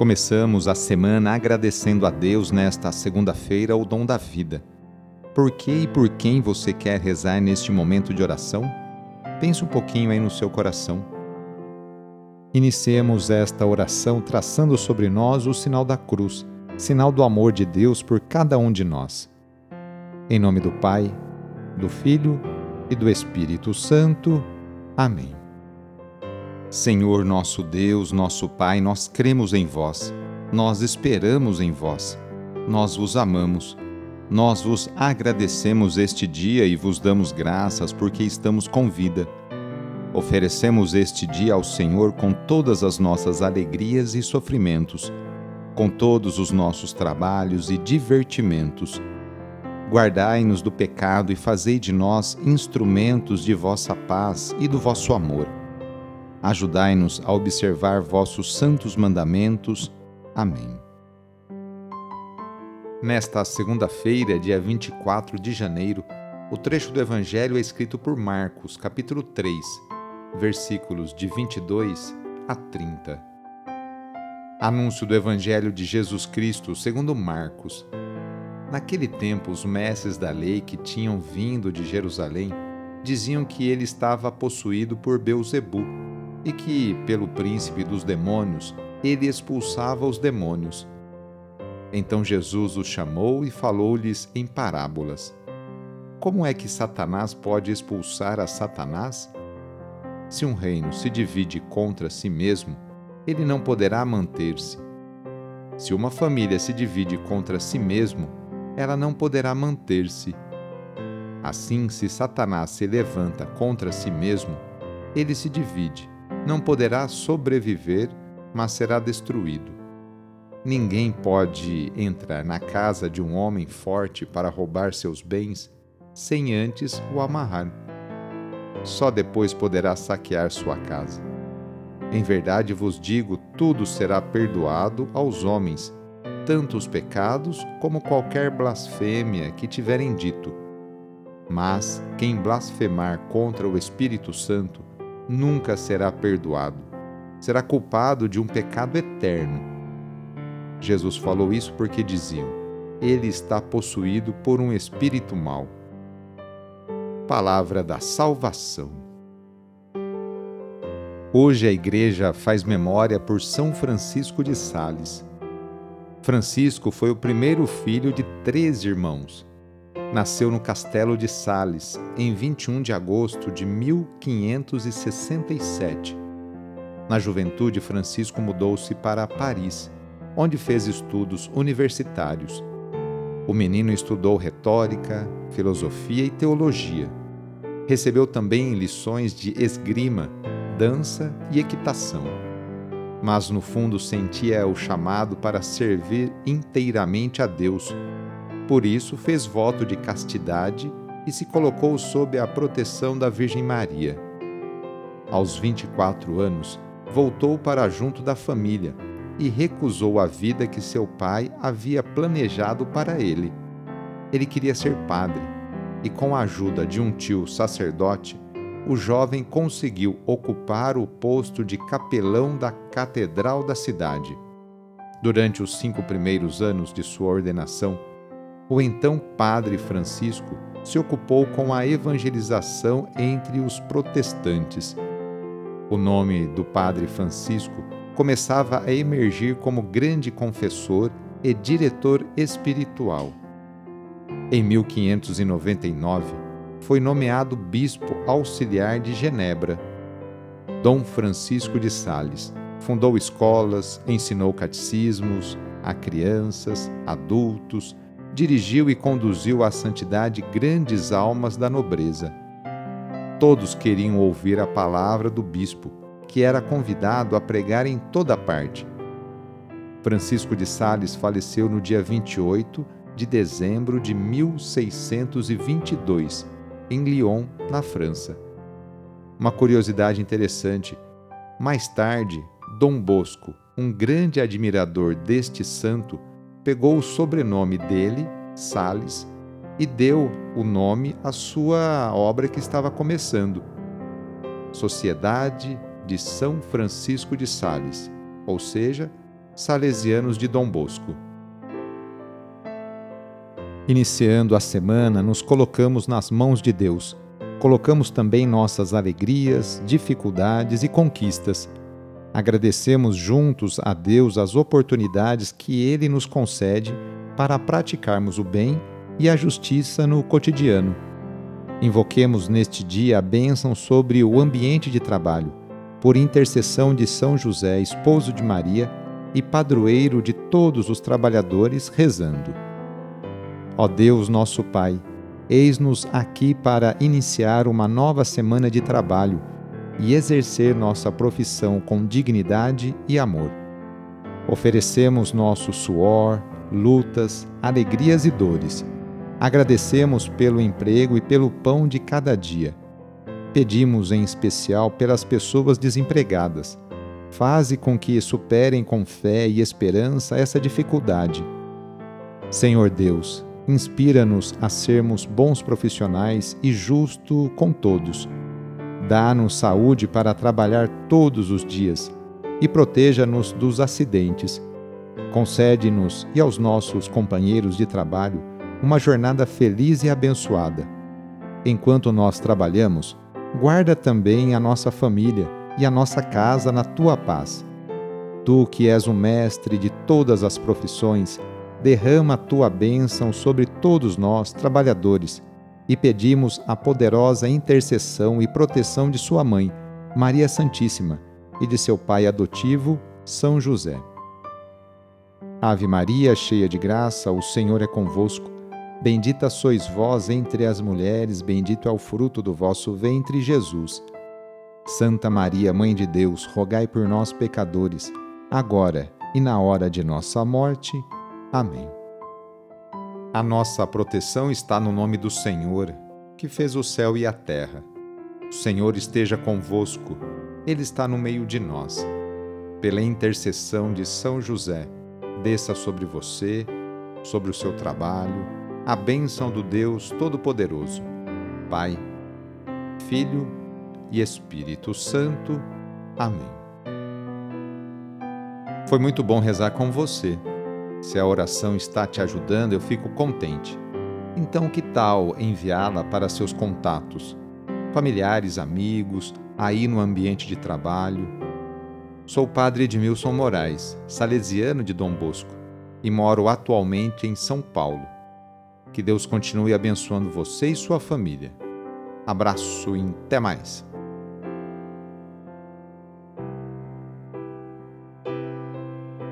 Começamos a semana agradecendo a Deus nesta segunda-feira o dom da vida. Por que e por quem você quer rezar neste momento de oração? Pense um pouquinho aí no seu coração. Iniciemos esta oração traçando sobre nós o sinal da cruz, sinal do amor de Deus por cada um de nós. Em nome do Pai, do Filho e do Espírito Santo. Amém. Senhor nosso Deus, nosso Pai, nós cremos em vós, nós esperamos em vós, nós vos amamos, nós vos agradecemos este dia e vos damos graças porque estamos com vida. Oferecemos este dia ao Senhor com todas as nossas alegrias e sofrimentos, com todos os nossos trabalhos e divertimentos. Guardai-nos do pecado e fazei de nós instrumentos de vossa paz e do vosso amor. Ajudai-nos a observar vossos santos mandamentos. Amém. Nesta segunda-feira, dia 24 de janeiro, o trecho do Evangelho é escrito por Marcos, capítulo 3, versículos de 22 a 30. Anúncio do Evangelho de Jesus Cristo segundo Marcos. Naquele tempo, os mestres da lei que tinham vindo de Jerusalém diziam que ele estava possuído por Beelzebu, e que, pelo príncipe dos demônios, ele expulsava os demônios. Então Jesus os chamou e falou-lhes em parábolas. Como é que Satanás pode expulsar a Satanás? Se um reino se divide contra si mesmo, ele não poderá manter-se. Se uma família se divide contra si mesmo, ela não poderá manter-se. Assim, se Satanás se levanta contra si mesmo, ele se divide. Não poderá sobreviver, mas será destruído. Ninguém pode entrar na casa de um homem forte para roubar seus bens sem antes o amarrar. Só depois poderá saquear sua casa. Em verdade vos digo, tudo será perdoado aos homens, tanto os pecados como qualquer blasfêmia que tiverem dito. Mas quem blasfemar contra o Espírito Santo nunca será perdoado. Será culpado de um pecado eterno. Jesus falou isso porque diziam: ele está possuído por um espírito mau. Palavra da salvação. Hoje a Igreja faz memória por São Francisco de Sales. Francisco foi o primeiro filho de 3 irmãos. Nasceu no Castelo de Sales, em 21 de agosto de 1567. Na juventude, Francisco mudou-se para Paris, onde fez estudos universitários. O menino estudou retórica, filosofia e teologia. Recebeu também lições de esgrima, dança e equitação. Mas no fundo sentia o chamado para servir inteiramente a Deus. Por isso fez voto de castidade e se colocou sob a proteção da Virgem Maria. Aos 24 anos, voltou para junto da família e recusou a vida que seu pai havia planejado para ele. Ele queria ser padre e, com a ajuda de um tio sacerdote, o jovem conseguiu ocupar o posto de capelão da catedral da cidade. Durante os 5 primeiros anos de sua ordenação, o então padre Francisco se ocupou com a evangelização entre os protestantes. O nome do padre Francisco começava a emergir como grande confessor e diretor espiritual. Em 1599, foi nomeado bispo auxiliar de Genebra. Dom Francisco de Sales fundou escolas, ensinou catecismos a crianças, adultos, dirigiu e conduziu à santidade grandes almas da nobreza. Todos queriam ouvir a palavra do bispo, que era convidado a pregar em toda parte. Francisco de Sales faleceu no dia 28 de dezembro de 1622, em Lyon, na França. Uma curiosidade interessante: mais tarde, Dom Bosco, um grande admirador deste santo, pegou o sobrenome dele, Sales, e deu o nome à sua obra que estava começando, Sociedade de São Francisco de Sales, ou seja, Salesianos de Dom Bosco. Iniciando a semana, nos colocamos nas mãos de Deus. Colocamos também nossas alegrias, dificuldades e conquistas. Agradecemos juntos a Deus as oportunidades que Ele nos concede para praticarmos o bem e a justiça no cotidiano. Invoquemos neste dia a bênção sobre o ambiente de trabalho, por intercessão de São José, esposo de Maria e padroeiro de todos os trabalhadores, rezando. Ó Deus, nosso Pai, eis-nos aqui para iniciar uma nova semana de trabalho e exercer nossa profissão com dignidade e amor. Oferecemos nosso suor, lutas, alegrias e dores. Agradecemos pelo emprego e pelo pão de cada dia. Pedimos em especial pelas pessoas desempregadas. Faze com que superem com fé e esperança essa dificuldade. Senhor Deus, inspira-nos a sermos bons profissionais e justo com todos. Dá-nos saúde para trabalhar todos os dias e proteja-nos dos acidentes. Concede-nos e aos nossos companheiros de trabalho uma jornada feliz e abençoada. Enquanto nós trabalhamos, guarda também a nossa família e a nossa casa na tua paz. Tu, que és o mestre de todas as profissões, derrama a tua bênção sobre todos nós, trabalhadores, e pedimos a poderosa intercessão e proteção de sua mãe, Maria Santíssima, e de seu pai adotivo, São José. Ave Maria, cheia de graça, o Senhor é convosco. Bendita sois vós entre as mulheres, bendito é o fruto do vosso ventre, Jesus. Santa Maria, Mãe de Deus, rogai por nós, pecadores, agora e na hora de nossa morte. Amém. A nossa proteção está no nome do Senhor, que fez o céu e a terra. O Senhor esteja convosco, Ele está no meio de nós. Pela intercessão de São José, desça sobre você, sobre o seu trabalho, a bênção do Deus Todo-Poderoso, Pai, Filho e Espírito Santo. Amém. Foi muito bom rezar com você. Se a oração está te ajudando, eu fico contente. Então, que tal enviá-la para seus contatos, familiares, amigos, aí no ambiente de trabalho? Sou o padre Edmilson Moraes, salesiano de Dom Bosco, e moro atualmente em São Paulo. Que Deus continue abençoando você e sua família. Abraço e até mais.